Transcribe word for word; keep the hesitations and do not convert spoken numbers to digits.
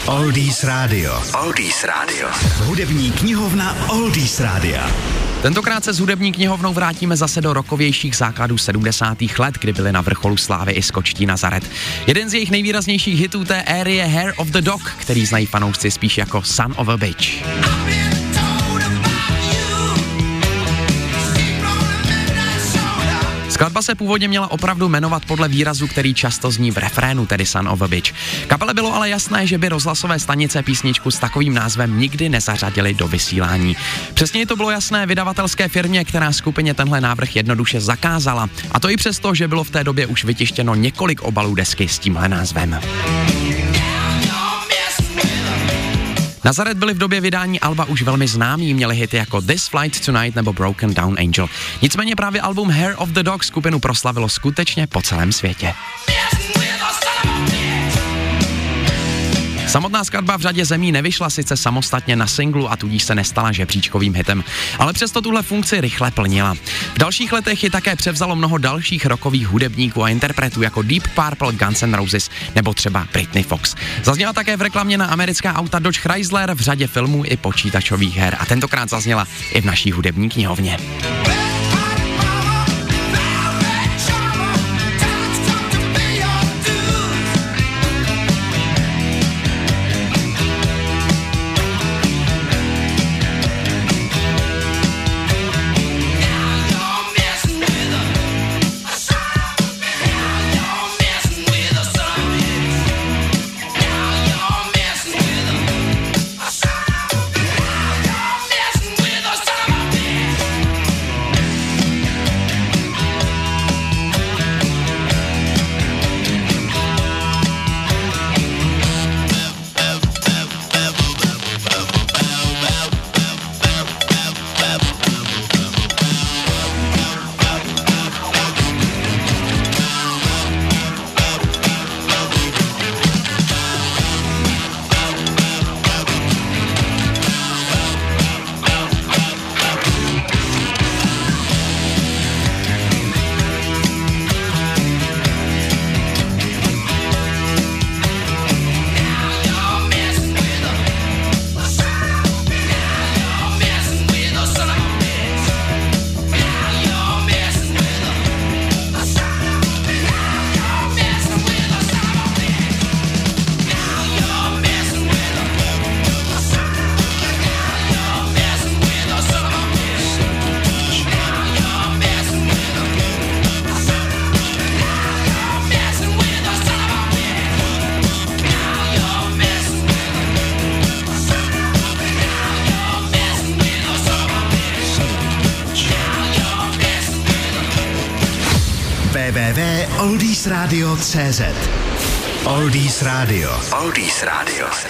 Oldies Radio. Oldies Radio. Hudební knihovna Oldies Rádia. Tentokrát se s hudební knihovnou vrátíme zase do rokovějších základů sedmdesátých let, kdy byli na vrcholu slávy i skočtí Nazaret. Jeden z jejich nejvýraznějších hitů té éry je Hair of the Dog, který znají fanoušci spíš jako Son of a Bitch. Skladba se původně měla opravdu jmenovat podle výrazu, který často zní v refrénu, tedy Son of a Bitch. Kapele bylo ale jasné, že by rozhlasové stanice písničku s takovým názvem nikdy nezařadili do vysílání. Přesně to bylo jasné vydavatelské firmě, která skupině tenhle návrh jednoduše zakázala. A to i přesto, že bylo v té době už vytištěno několik obalů desky s tímhle názvem. Nazaret byli v době vydání alba už velmi známí, měli hity jako This Flight Tonight nebo Broken Down Angel. Nicméně právě album Hair of the Dog skupinu proslavilo skutečně po celém světě. Samotná skladba v řadě zemí nevyšla sice samostatně na singlu a tudíž se nestala žebříčkovým hitem, ale přesto tuhle funkci rychle plnila. V dalších letech ji také převzalo mnoho dalších rockových hudebníků a interpretů jako Deep Purple, Guns N' Roses nebo třeba Britney Fox. Zazněla také v reklamě na americká auta Dodge Chrysler, v řadě filmů i počítačových her a tentokrát zazněla i v naší hudební knihovně. w w w tečka oldies radio tečka cz Oldies Radio. Oldies Radio.